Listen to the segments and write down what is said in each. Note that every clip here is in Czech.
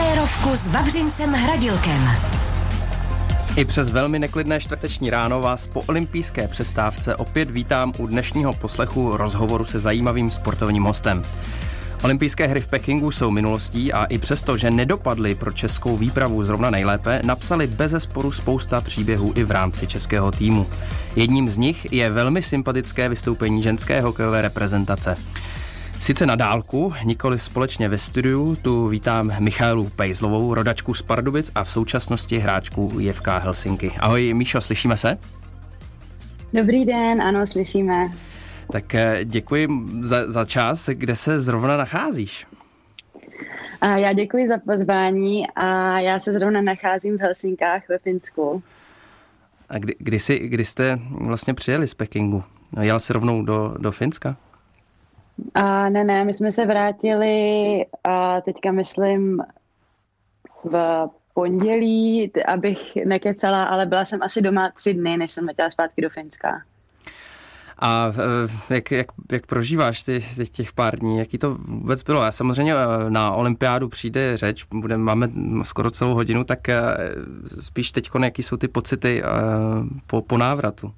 Férovku s Vavřincem Hradilkem. I přes velmi neklidné čtvrteční ráno vás po olympijské přestávce opět vítám u dnešního poslechu rozhovoru se zajímavým sportovním hostem. Olympijské hry v Pekingu jsou minulostí a i přesto, že nedopadly pro českou výpravu zrovna nejlépe, napsali bezesporu spousta příběhů i v rámci českého týmu. Jedním z nich je velmi sympatické vystoupení ženské hokejové reprezentace. Sice na dálku, nikoli společně ve studiu, tu vítám Michaelu Pejzlovou, rodačku z Pardubic a v současnosti hráčku JFK Helsinki. Ahoj Míšo, slyšíme se? Dobrý den, ano, slyšíme. Tak děkuji za čas, kde se zrovna nacházíš? Já děkuji za pozvání a já se zrovna nacházím v Helsinkách ve Finsku. A kdy jste vlastně přijeli z Pekingu? Jela jsi rovnou do Finska? Ne, my jsme se vrátili teďka myslím v pondělí, abych nekecala, ale byla jsem asi doma 3 dny, než jsem letěla zpátky do Finska. A jak prožíváš těch pár dní? Jaký to vůbec bylo? Já samozřejmě na olympiádu přijde řeč, máme skoro celou hodinu, tak spíš teďko, jaký jsou ty pocity po návratu?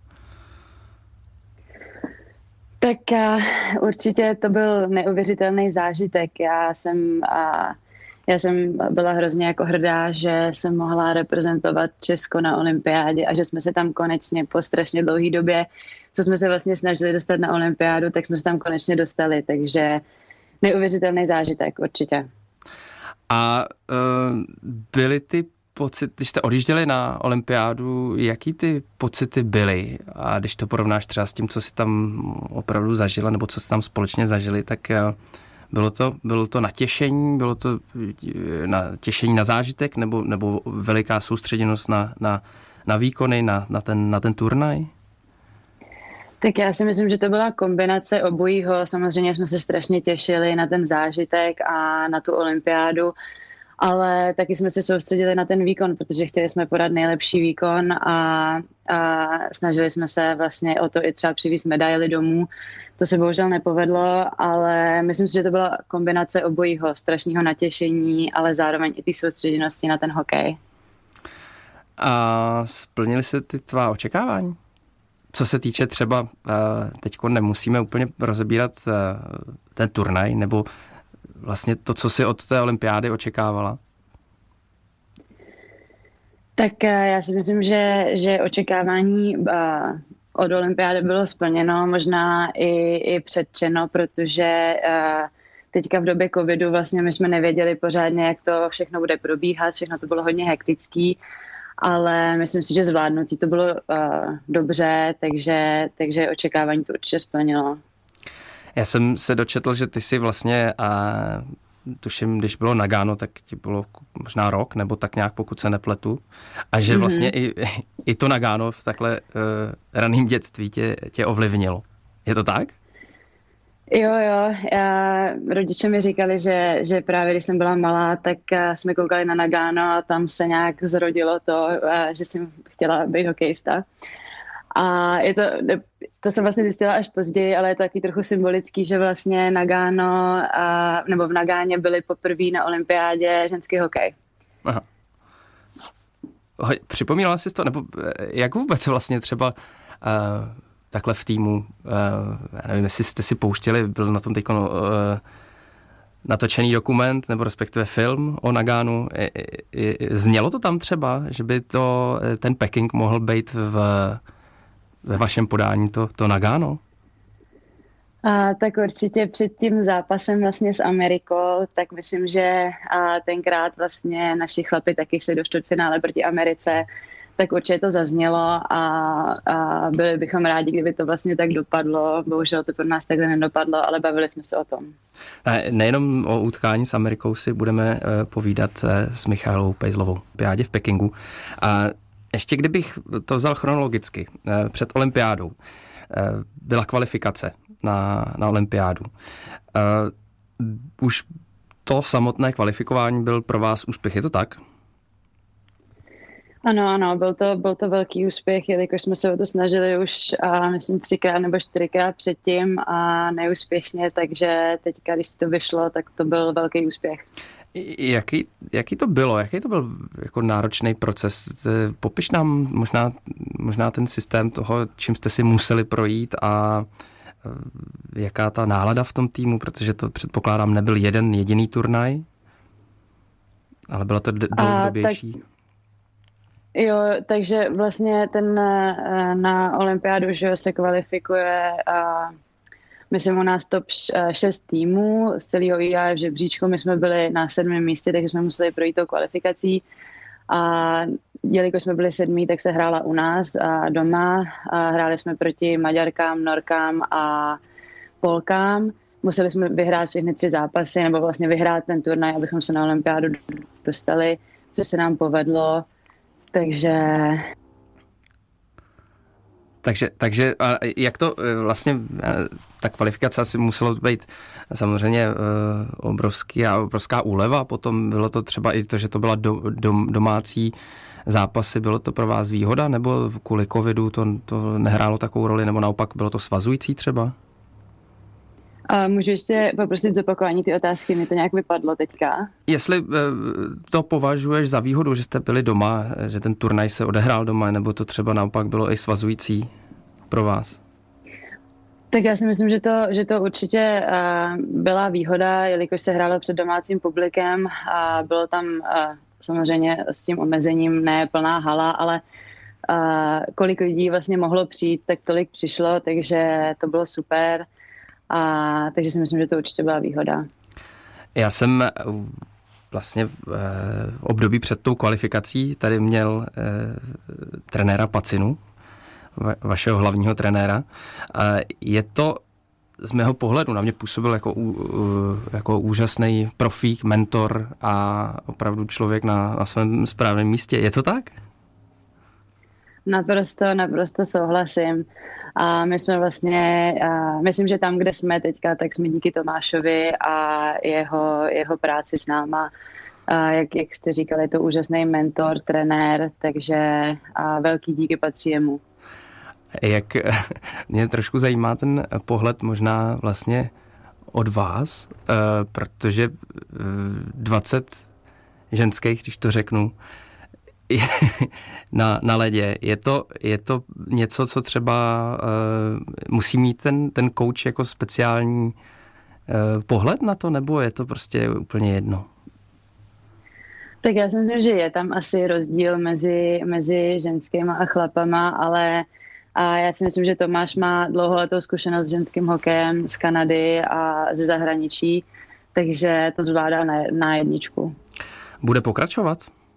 Tak určitě to byl neuvěřitelný zážitek. Já jsem byla hrozně jako hrdá, že jsem mohla reprezentovat Česko na olympiádě a že jsme se tam konečně po strašně dlouhé době, co jsme se vlastně snažili dostat na olympiádu, tak jsme se tam konečně dostali, takže neuvěřitelný zážitek určitě. A byly ty pocity, když jste odjížděli na olympiádu, jaký ty pocity byly? A když to porovnáš třeba s tím, co si tam opravdu zažila, nebo co si tam společně zažili, tak bylo to natěšení, bylo to těšení na zážitek, nebo veliká soustředěnost na výkony, na ten turnaj? Tak já si myslím, že to byla kombinace obojího. Samozřejmě jsme se strašně těšili na ten zážitek a na tu olympiádu, ale taky jsme se soustředili na ten výkon, protože chtěli jsme podat nejlepší výkon a snažili jsme se vlastně o to i třeba přivést medaily domů. To se bohužel nepovedlo, ale myslím si, že to byla kombinace obojího, strašného natěšení, ale zároveň i ty soustředěnosti na ten hokej. A splnily se ty tvá očekávání? Co se týče třeba, teďko nemusíme úplně rozebírat ten turnaj, nebo vlastně to, co jsi od té olympiády očekávala? Tak já si myslím, že očekávání od olympiády bylo splněno, možná i předčeno, protože teďka v době covidu vlastně my jsme nevěděli pořádně, jak to všechno bude probíhat, všechno to bylo hodně hektický, ale myslím si, že zvládnutí to bylo dobře, takže očekávání to určitě splnilo. Já jsem se dočetl, že ty si vlastně, tuším, když bylo Nagano, tak ti bylo možná rok, nebo tak nějak, pokud se nepletu, a že vlastně i to Nagano v takhle raném dětství tě ovlivnilo. Je to tak? Jo, rodiče mi říkali, že právě když jsem byla malá, tak jsme koukali na Nagano a tam se nějak zrodilo to, že jsem chtěla být hokejista. A to jsem vlastně zjistila až později, ale je to taky trochu symbolický, že vlastně Nagano, nebo v Nagáně byli poprvé na olympiádě ženský hokej. Aha. Připomínala jsi to, nebo jak vůbec vlastně třeba takhle v týmu, já nevím, jestli jste si pouštěli, byl na tom teď natočený dokument, nebo respektive film o Naganu. Znělo to tam třeba, že by ten Peking mohl být ve vašem podání to Nagano? Tak určitě před tím zápasem vlastně s Amerikou, tak myslím, že tenkrát vlastně naši chlapi taky šli do čtvrtfinále proti Americe, tak určitě to zaznělo a byli bychom rádi, kdyby to vlastně tak dopadlo. Bohužel to pro nás takhle nedopadlo, ale bavili jsme se o tom. Nejenom o utkání s Amerikou si budeme povídat s Michaelou Pejzlovou v Pekingu. A ještě kdybych to vzal chronologicky, před olympiádou byla kvalifikace na olympiádu. Už to samotné kvalifikování byl pro vás úspěch, je to tak? Ano, byl to velký úspěch, jelikož jsme se o to snažili už, myslím, 3x nebo 4x předtím a neúspěšně, takže teďka, když to vyšlo, tak to byl velký úspěch. Jaký to bylo? Jaký to byl jako náročný proces? Popiš nám možná ten systém toho, čím jste si museli projít a jaká ta nálada v tom týmu, protože to předpokládám nebyl jeden jediný turnaj, ale byla to dlouhodobější. Jo, takže vlastně na olympiádu, že se kvalifikuje myslím u nás top 6 týmů z celého IAF žebříčku. My jsme byli na 7. místě, takže jsme museli projít tou kvalifikací. A jelikož jsme byli 7, tak se hrála u nás a doma. A hráli jsme proti Maďarkám, Norkám a Polkám. Museli jsme vyhrát všechny 3 zápasy, nebo vlastně vyhrát ten turnaj, abychom se na olympiádu dostali, což se nám povedlo. Takže jak to vlastně, ta kvalifikace asi muselo být samozřejmě obrovská úleva, potom bylo to třeba i to, že to byla domácí zápasy, bylo to pro vás výhoda, nebo kvůli covidu to nehrálo takovou roli, nebo naopak bylo to svazující třeba? Můžu ještě poprosit zopakování ty otázky, mi to nějak vypadlo teďka. Jestli to považuješ za výhodu, že jste byli doma, že ten turnaj se odehrál doma, nebo to třeba naopak bylo i svazující pro vás? Tak já si myslím, že to určitě byla výhoda, jelikož se hrálo před domácím publikem a bylo tam samozřejmě s tím omezením ne plná hala, ale kolik lidí vlastně mohlo přijít, tak tolik přišlo, takže to bylo super. Takže si myslím, že to určitě byla výhoda. Já jsem vlastně v období před tou kvalifikací tady měl trenéra Pacinu, vašeho hlavního trenéra. Je to z mého pohledu, na mě působil jako úžasný profík, mentor a opravdu člověk na svém správném místě. Je to tak? Naprosto souhlasím. A my jsme vlastně, myslím, že tam, kde jsme teďka, tak jsme díky Tomášovi a jeho práci s náma. Jak jste říkali, je to úžasný mentor, trenér, takže velký díky patří jemu. Mě trošku zajímá ten pohled možná vlastně od vás, protože 20 ženských, když to řeknu, na ledě. Je to něco, co třeba musí mít ten coach jako speciální pohled na to, nebo je to prostě úplně jedno? Tak já si myslím, že je tam asi rozdíl mezi ženskýma a chlapama, ale já si myslím, že Tomáš má dlouholetou zkušenost s ženským hokejem z Kanady a ze zahraničí, takže to zvládá na jedničku. Bude pokračovat?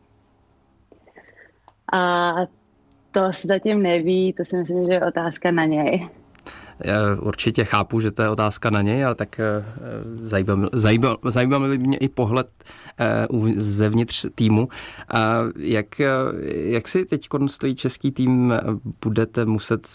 A to se zatím neví, to si myslím, že je otázka na něj. Já určitě chápu, že to je otázka na něj, ale tak zajímá mě i pohled zevnitř týmu. Jak si teď stojí český tým? Budete muset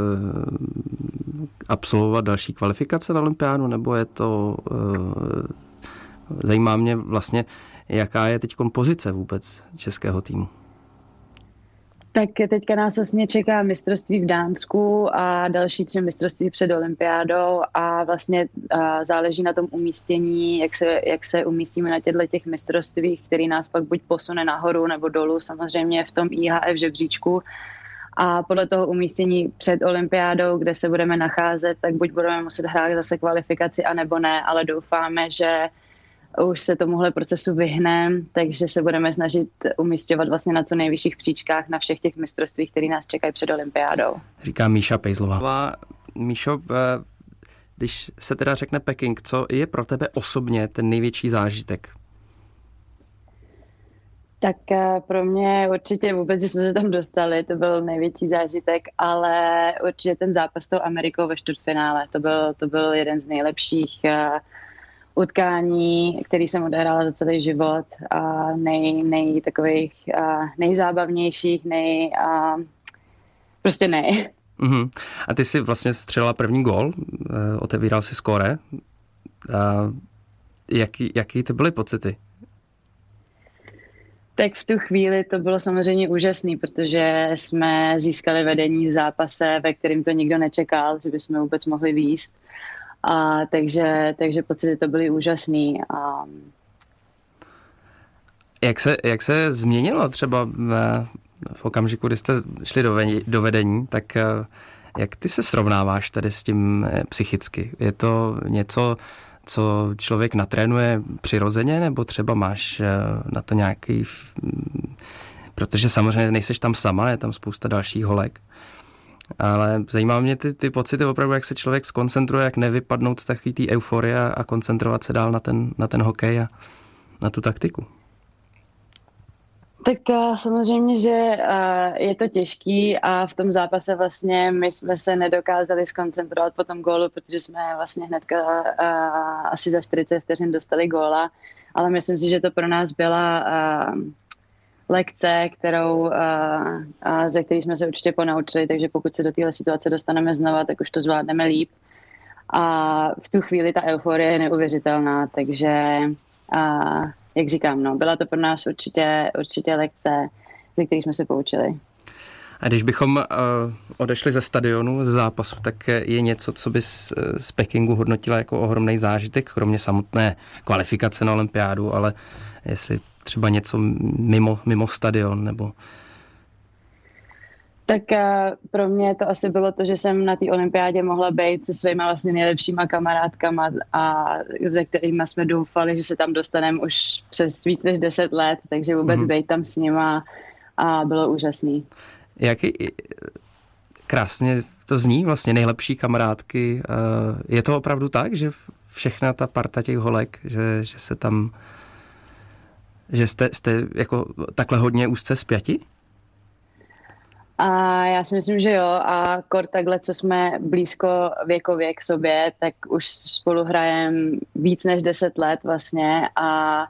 absolvovat další kvalifikace na olympiádu, nebo je to... Zajímá mě vlastně, jaká je teď pozice vůbec českého týmu? Tak teďka nás vlastně čeká mistrovství v Dánsku a další 3 mistrovství před olympiádou a vlastně záleží na tom umístění, jak se umístíme na těch mistrovstvích, který nás pak buď posune nahoru nebo dolů, samozřejmě v tom IHF žebříčku. A podle toho umístění před olympiádou, kde se budeme nacházet, tak buď budeme muset hrát zase kvalifikaci, anebo ne, ale doufáme, že už se tomuhle procesu vyhneme, takže se budeme snažit umisťovat vlastně na co nejvyšších příčkách na všech těch mistrovstvích, které nás čekají před olympiádou. Říká Míša Pejzlová. Míšo, když se teda řekne Peking, co je pro tebe osobně ten největší zážitek? Tak pro mě určitě vůbec, že jsme se tam dostali, to byl největší zážitek, ale určitě ten zápas s tou Amerikou ve čtvrtfinále, to byl jeden z nejlepších utkání, který jsem odehrála za celý život a nejzábavnějších, prostě nej. Uh-huh. A ty jsi vlastně střelila první gól, otevíral si skóre. Jaký to byly pocity? Tak v tu chvíli to bylo samozřejmě úžasný, protože jsme získali vedení v zápase, ve kterým to nikdo nečekal, že bychom vůbec mohli vést. A takže pocity to byly úžasný. A Jak se změnilo třeba v okamžiku, kdy jste šli do vedení, tak jak ty se srovnáváš tady s tím psychicky? Je to něco, co člověk natrénuje přirozeně, nebo třeba máš na to nějaký... Protože samozřejmě nejseš tam sama, je tam spousta dalších holek. Ale zajímá mě ty pocity opravdu, jak se člověk skoncentruje, jak nevypadnout z takový té euforie a koncentrovat se dál na ten hokej a na tu taktiku. Tak samozřejmě, že je to těžký a v tom zápase vlastně my jsme se nedokázali skoncentrovat po tom gólu, protože jsme vlastně hnedka asi za 40 vteřin dostali góla, ale myslím si, že to pro nás byla lekce, ze které jsme se určitě ponaučili, takže pokud se do téhle situace dostaneme znova, tak už to zvládneme líp. A v tu chvíli ta euforie je neuvěřitelná, takže jak říkám, byla to pro nás určitě lekce, ze kterých jsme se poučili. A když bychom odešli ze stadionu, ze zápasu, tak je něco, co bys z Pekingu hodnotila jako ohromný zážitek, kromě samotné kvalifikace na olympiádu, ale jestli třeba něco mimo stadion, nebo... Tak pro mě to asi bylo to, že jsem na té olympiádě mohla být se svýma vlastně nejlepšíma kamarádkama a se kterými jsme doufali, že se tam dostaneme už přes víc než 10 let, takže vůbec být tam s nima a bylo úžasný. Krásně to zní, vlastně nejlepší kamarádky. Je to opravdu tak, že všechna ta parta těch holek, že se tam, že jste jako takhle hodně úzce spjati? A já si myslím, že jo. A kor takhle, co jsme blízko věkově k sobě, tak už spolu hrajeme víc než 10 let vlastně a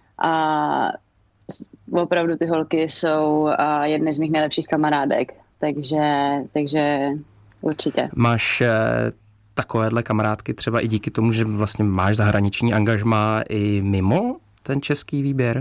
opravdu ty holky jsou jedny z mých nejlepších kamarádek. Takže určitě. Máš takovéhle kamarádky třeba i díky tomu, že vlastně máš zahraniční angažmá i mimo ten český výběr?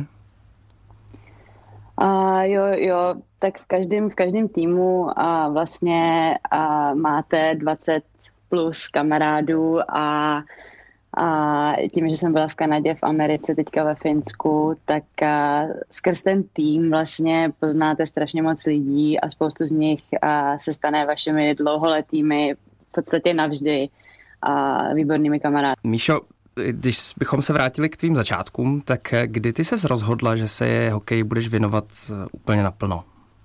Jo, tak v každém týmu vlastně máte 20 plus kamarádů a tím, že jsem byla v Kanadě, v Americe, teďka ve Finsku, tak skrz ten tým vlastně poznáte strašně moc lidí a spoustu z nich se stane vašimi dlouholetými, v podstatě navždy výbornými kamarády. Míšo, když bychom se vrátili k tvým začátkům, tak kdy ty ses rozhodla, že se hokej budeš věnovat úplně naplno?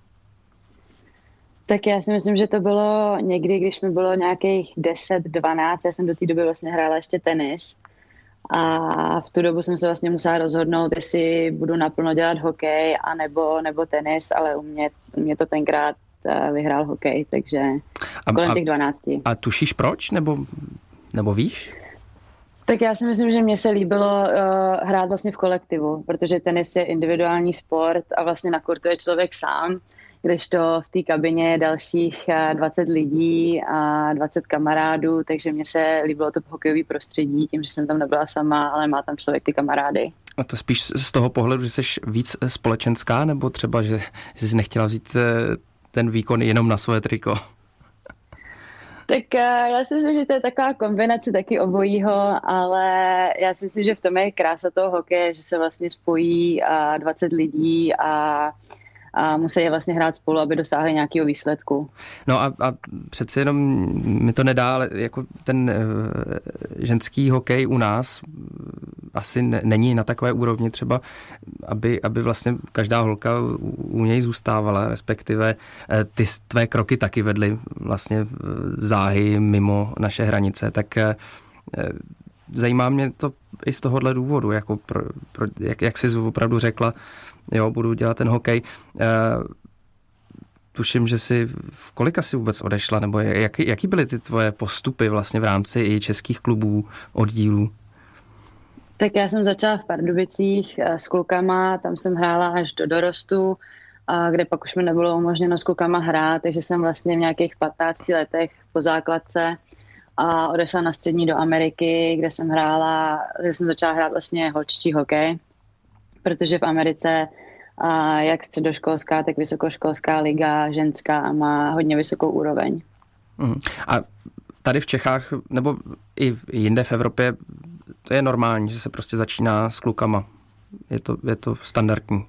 Tak já si myslím, že to bylo někdy, když mi bylo nějakých 10-12, já jsem do té doby vlastně hrála ještě tenis a v tu dobu jsem se vlastně musela rozhodnout, jestli budu naplno dělat hokej nebo tenis, ale u mě to tenkrát vyhrál hokej, takže kolem těch 12. A tušíš proč, nebo víš? Tak já si myslím, že mně se líbilo hrát vlastně v kolektivu, protože tenis je individuální sport a vlastně na kurtu je člověk sám, kdežto v té kabině je dalších 20 lidí a 20 kamarádů, takže mně se líbilo to hokejové prostředí, tím, že jsem tam nebyla sama, ale má tam člověk ty kamarády. A to spíš z toho pohledu, že jsi víc společenská, nebo třeba, že jsi nechtěla vzít ten výkon jenom na svoje triko? Tak já si myslím, že to je taková kombinace taky obojího, ale já si myslím, že v tom je krása toho hokeje, že se vlastně spojí 20 lidí a musí vlastně hrát spolu, aby dosáhli nějakého výsledku. No a přeci jenom mi to nedá, ale jako ten ženský hokej u nás asi není na takové úrovni třeba, aby vlastně každá holka u něj zůstávala, respektive ty tvé kroky taky vedly vlastně záhy mimo naše hranice, tak zajímá mě to i z tohohle důvodu, jako jak jsi opravdu řekla, jo, budu dělat ten hokej. Tuším, že v kolika jsi vůbec odešla, nebo jaký byly ty tvoje postupy vlastně v rámci i českých klubů, oddílů? Tak já jsem začala v Pardubicích s klukama, tam jsem hrála až do dorostu, kde pak už mi nebylo umožněno s klukama hrát, takže jsem vlastně v nějakých 15 letech po základce a odešla na střední do Ameriky, kde jsem začala hrát vlastně holčičí hokej, protože v Americe jak středoškolská, tak vysokoškolská liga ženská a má hodně vysokou úroveň. A tady v Čechách, nebo i jinde v Evropě, to je normální, že se prostě začíná s klukama. Je to standardní.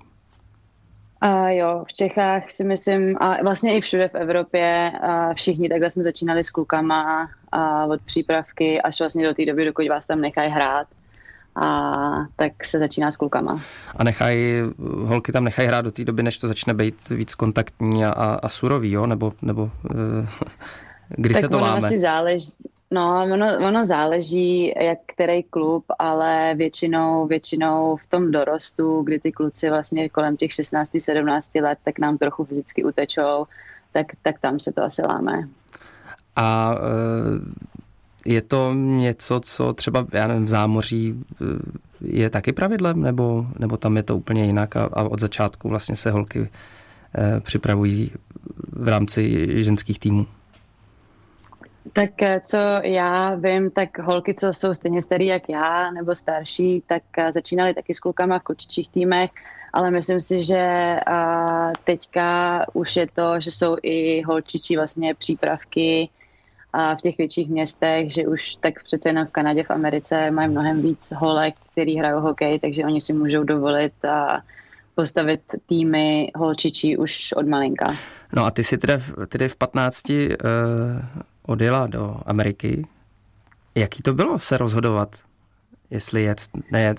Jo, v Čechách si myslím, a vlastně i všude v Evropě, všichni takhle jsme začínali s klukama od přípravky až vlastně do té doby, dokud vás tam nechají hrát. A tak se začíná s klukama. A holky tam nechají hrát do té doby, než to začne být víc kontaktní a surový, jo? Nebo kdy tak se to láme? Asi záleží. No, ono záleží, jak který klub, ale většinou v tom dorostu, kdy ty kluci vlastně kolem těch 16-17 let, tak nám trochu fyzicky utečou, tak tam se to asi láme. A je to něco, co třeba, já nevím, v zámoří je taky pravidlem, nebo tam je to úplně jinak a od začátku vlastně se holky připravují v rámci ženských týmů? Tak co já vím, tak holky, co jsou stejně starý jak já, nebo starší, tak začínali taky s klukama v klučičích týmech, ale myslím si, že teďka už je to, že jsou i holčičí vlastně přípravky v těch větších městech, že už tak přece jenom v Kanadě, v Americe mají mnohem víc holek, který hrajou hokej, takže oni si můžou dovolit postavit týmy holčičí už od malinka. No a ty si tedy v 15 odjela do Ameriky. Jaký to bylo se rozhodovat, jestli jet, nejet?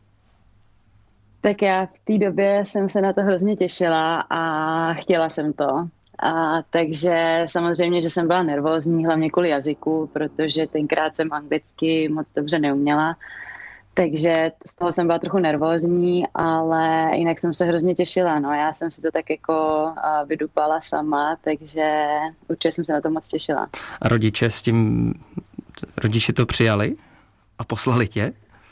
Tak já v té době jsem se na to hrozně těšila a chtěla jsem to. Takže samozřejmě, že jsem byla nervózní, hlavně kvůli jazyku, protože tenkrát jsem anglicky moc dobře neuměla. Takže z toho jsem byla trochu nervózní, ale jinak jsem se hrozně těšila. No, já jsem si to tak jako vydupala sama, takže určitě jsem se na to moc těšila. A rodiče to přijali a poslali tě?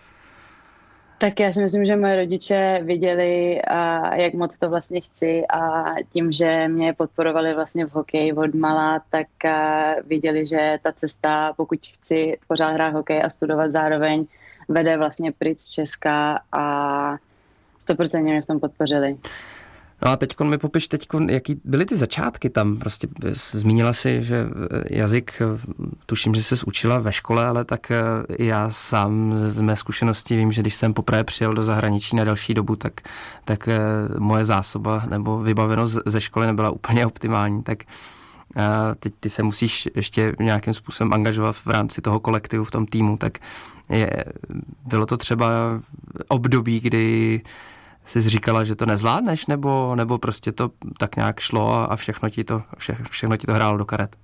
Tak já si myslím, že moje rodiče viděli, jak moc to vlastně chci a tím, že mě podporovali vlastně v hokeji od mala, tak viděli, že ta cesta, pokud chci pořád hrát hokej a studovat zároveň, vede vlastně pryč z Česka a 100% mě v tom podpořili. No a teďkon mi popiš, jaký byly ty začátky tam, prostě zmínila si, že jazyk, tuším, že jsi učila ve škole, ale tak já sám z mé zkušenosti vím, že když jsem poprvé přijel do zahraničí na delší dobu, tak moje zásoba nebo vybavenost ze školy nebyla úplně optimální, tak teď ty se musíš ještě nějakým způsobem angažovat v rámci toho kolektivu, v tom týmu, tak bylo to třeba období, kdy jsi říkala, že to nezvládneš, nebo prostě to tak nějak šlo a všechno ti to hrálo do karet?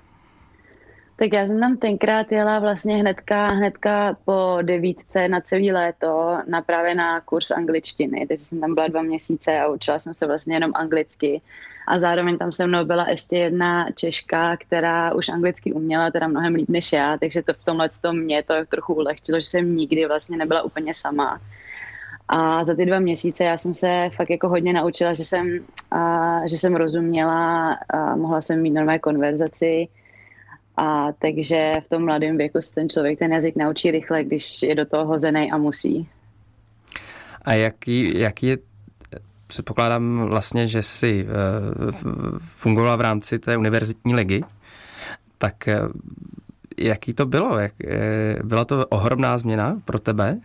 Tak já jsem tam tenkrát jela vlastně hnedka po 9 na celý léto právě na kurz angličtiny, takže jsem tam byla 2 měsíce a učila jsem se vlastně jenom anglicky. A zároveň tam se mnou byla ještě jedna Češka, která už anglicky uměla, teda mnohem líp než já, takže to v tomhle mě to trochu ulehčilo, že jsem nikdy vlastně nebyla úplně sama. A za ty 2 měsíce já jsem se fakt jako hodně naučila, že jsem rozuměla, mohla jsem mít normální konverzaci, takže v tom mladém věku se ten člověk ten jazyk naučí rychle, když je do toho hozený a musí. A jaký je, předpokládám vlastně, že jsi fungovala v rámci té univerzitní ligy, tak jaký to bylo? Byla to ohromná změna pro tebe?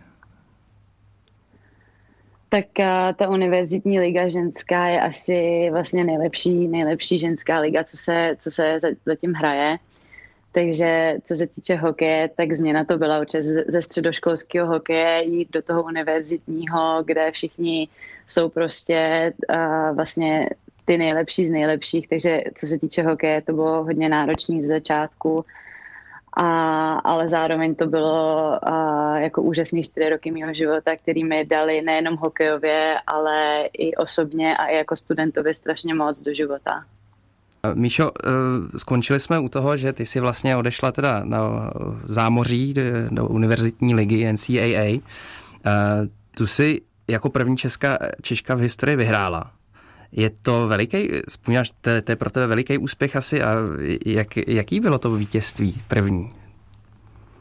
Tak ta univerzitní liga ženská je asi vlastně nejlepší ženská liga, co se zatím hraje. Takže co se týče hokeje, tak změna to byla určitě ze středoškolského hokeje jít do toho univerzitního, kde všichni jsou prostě vlastně ty nejlepší z nejlepších. Takže co se týče hokeje, to bylo hodně náročné z začátku. Ale zároveň to bylo jako úžasný 4 roky mého života, který mi dali nejenom hokejově, ale i osobně a i jako studentově strašně moc do života. Míšo, skončili jsme u toho, že ty jsi vlastně odešla teda na zámoří do univerzitní ligy NCAA. Tu si jako první Češka v historii vyhrála. Je to veliký, vzpomínáš, to je pro tebe veliký úspěch asi a jaký bylo to vítězství první?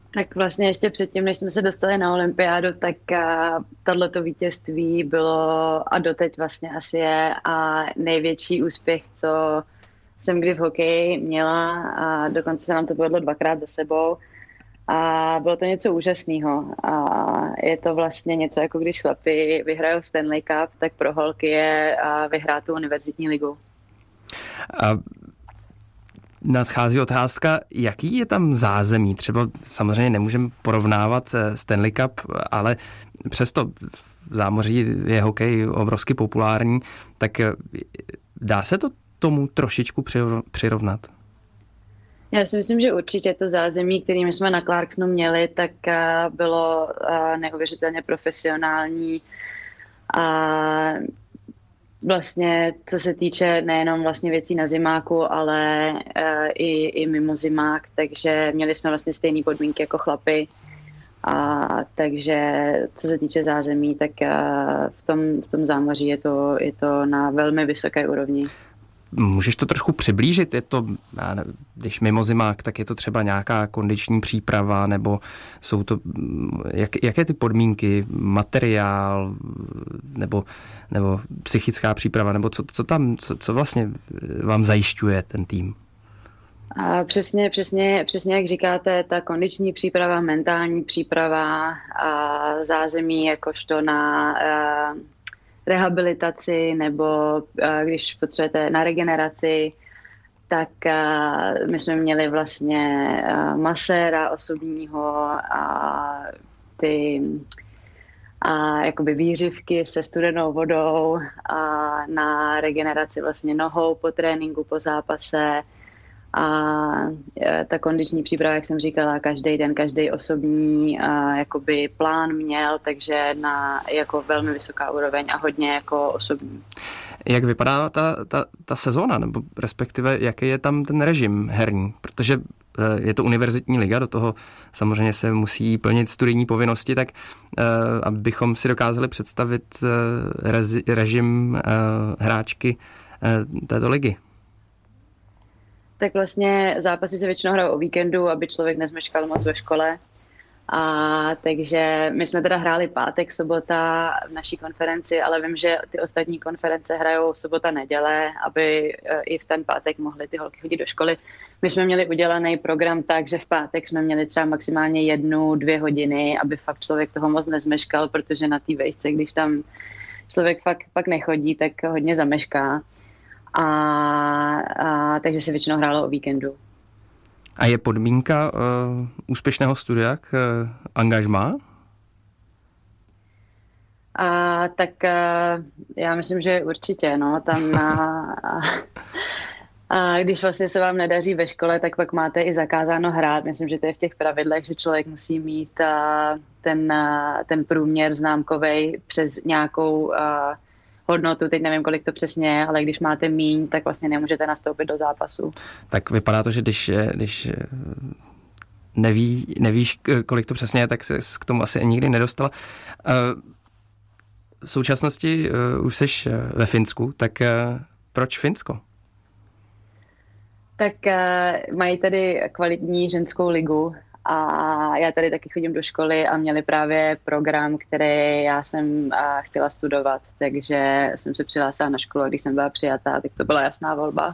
Tak vlastně ještě předtím, než jsme se dostali na olympiádu, tak tohleto vítězství bylo a doteď vlastně asi je a největší úspěch, co jsem kdy v hokeji měla a dokonce se nám to povedlo 2krát za sebou a bylo to něco úžasného a je to vlastně něco jako když chlapi vyhrajou Stanley Cup, tak pro holky je vyhrát tu univerzitní ligu. A nadchází otázka, jaký je tam zázemí? Třeba samozřejmě nemůžeme porovnávat Stanley Cup, ale přesto v zámoří je hokej obrovsky populární, tak dá se to tomu trošičku přirovnat? Já si myslím, že určitě to zázemí, kterým jsme na Clarksonu měli, tak bylo neuvěřitelně profesionální a vlastně, co se týče nejenom vlastně věcí na zimáku, ale i mimo zimák, takže měli jsme vlastně stejné podmínky jako chlapi. A takže co se týče zázemí, tak v tom zámoří je to na velmi vysoké úrovni. Můžeš to trošku přiblížit? Je to, když mimo zimák, tak je to třeba nějaká kondiční příprava, nebo jsou to, jaké ty podmínky, materiál, nebo psychická příprava, nebo co vlastně vám zajišťuje ten tým? A přesně jak říkáte, ta kondiční příprava, mentální příprava a zázemí jakožto na rehabilitaci nebo když potřebujete na regeneraci, tak my jsme měli vlastně maséra osobního a jakoby výřivky se studenou vodou a na regeneraci vlastně nohou po tréninku, po zápase. A ta kondiční příprava, jak jsem říkala, každý den, každý osobní jakoby plán měl, takže na jako velmi vysoká úroveň a hodně jako osobní. Jak vypadá ta sezóna, nebo respektive jaký je tam ten režim herní? Protože je to univerzitní liga, do toho samozřejmě se musí plnit studijní povinnosti, tak abychom si dokázali představit režim hráčky této ligy. Tak vlastně zápasy se většinou hrajou o víkendu, aby člověk nezmeškal moc ve škole. A takže my jsme teda hráli pátek, sobota v naší konferenci, ale vím, že ty ostatní konference hrajou sobota, neděle, aby i v ten pátek mohly ty holky chodit do školy. My jsme měli udělaný program tak, že v pátek jsme měli třeba maximálně 1-2 hodiny, aby fakt člověk toho moc nezmeškal, protože na té vejšce, když tam člověk fakt nechodí, tak hodně zamešká. Takže se většinou hrálo o víkendu. A je podmínka úspěšného studia k angažmá? Tak já myslím, že určitě, no, tam když vlastně se vám nedaří ve škole, tak pak máte i zakázáno hrát. Myslím, že to je v těch pravidlech, že člověk musí mít ten průměr známkovej přes nějakou hodnotu, teď nevím, kolik to přesně je, ale když máte míň, tak vlastně nemůžete nastoupit do zápasu. Tak vypadá to, že když nevíš, kolik to přesně je, tak se k tomu asi nikdy nedostala. V současnosti už jsi ve Finsku, tak proč Finsko? Tak mají tady kvalitní ženskou ligu a já tady taky chodím do školy a měli právě program, který já jsem chtěla studovat, takže jsem se přihlásila na školu a když jsem byla přijatá, tak to byla jasná volba.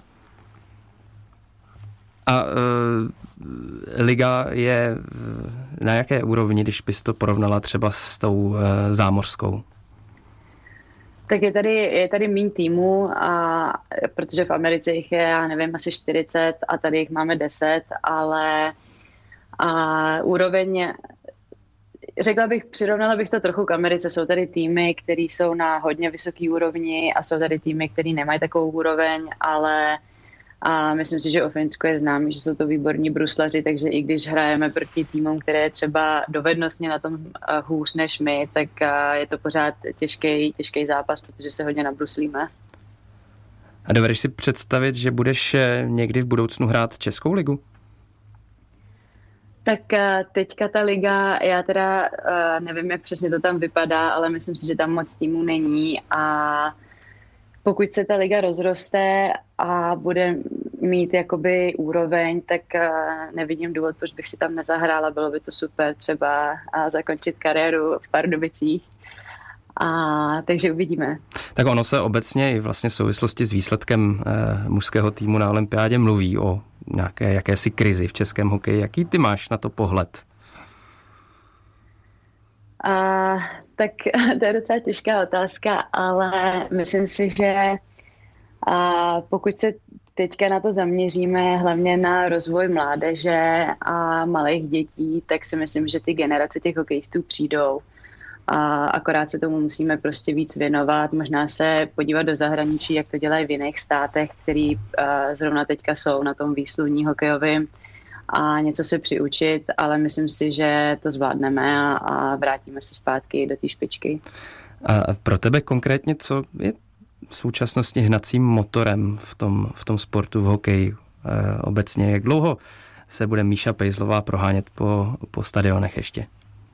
A liga je na jaké úrovni, když bys to porovnala třeba s tou zámořskou? Tak je tady míň týmů, protože v Americe jich je, já nevím, asi 40 a tady jich máme 10, ale úroveň, přirovnala bych to trochu k Americe. Jsou tady týmy, které jsou na hodně vysoké úrovni a jsou tady týmy, které nemají takovou úroveň, ale myslím si, že o Finsku je známý, že jsou to výborní bruslaři, takže i když hrajeme proti týmům, které je třeba dovednostně na tom hůř než my, tak je to pořád těžký zápas, protože se hodně nabruslíme. A dovedeš si představit, že budeš někdy v budoucnu hrát Českou ligu? Tak teďka ta liga, já teda nevím, jak přesně to tam vypadá, ale myslím si, že tam moc týmů není a pokud se ta liga rozroste a bude mít jakoby úroveň, tak nevidím důvod, proč bych si tam nezahrála. Bylo by to super třeba zakončit kariéru v Pardubicích. Takže uvidíme. Tak ono se obecně i vlastně v souvislosti s výsledkem mužského týmu na olympiádě mluví o nějaké jakési krizi v českém hokeji. Jaký ty máš na to pohled? Tak to je docela těžká otázka, ale myslím si, že pokud se teďka na to zaměříme hlavně na rozvoj mládeže a malých dětí, tak si myslím, že ty generace těch hokejistů přijdou. Akorát se tomu musíme prostě víc věnovat, možná se podívat do zahraničí, jak to dělají v jiných státech, který zrovna teďka jsou na tom výsluní hokejovým a něco se přiučit, ale myslím si, že to zvládneme a vrátíme se zpátky do té špičky. A pro tebe konkrétně, co je v současnosti hnacím motorem v tom sportu, v hokeji obecně? Jak dlouho se bude Míša Pejzlová prohánět po stadionech ještě?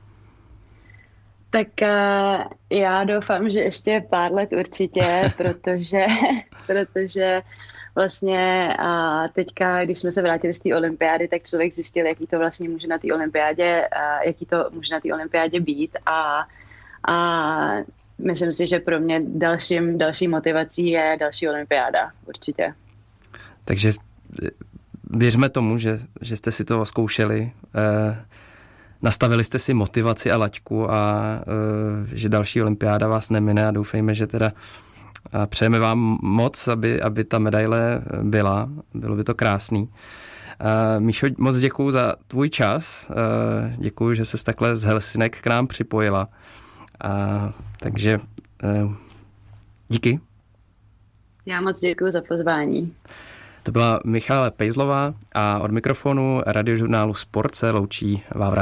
Tak já doufám, že ještě pár let určitě, protože vlastně teďka, když jsme se vrátili z té olympiády, tak člověk zjistil, jaký to vlastně může na té olympiádě být a myslím si, že pro mě další motivací je další olympiáda, určitě. Takže věřme tomu, že jste si to zkoušeli, nastavili jste si motivaci a laťku a že další olympiáda vás nemine a doufejme, že teda přejeme vám moc, aby ta medaile byla. Bylo by to krásný. Míšo, moc děkuju za tvůj čas. Děkuju, že ses takhle z Helsinek k nám připojila. Takže díky. Já moc děkuju za pozvání. To byla Michála Pejzlová a od mikrofonu radiožurnálu Sport se loučí Vávra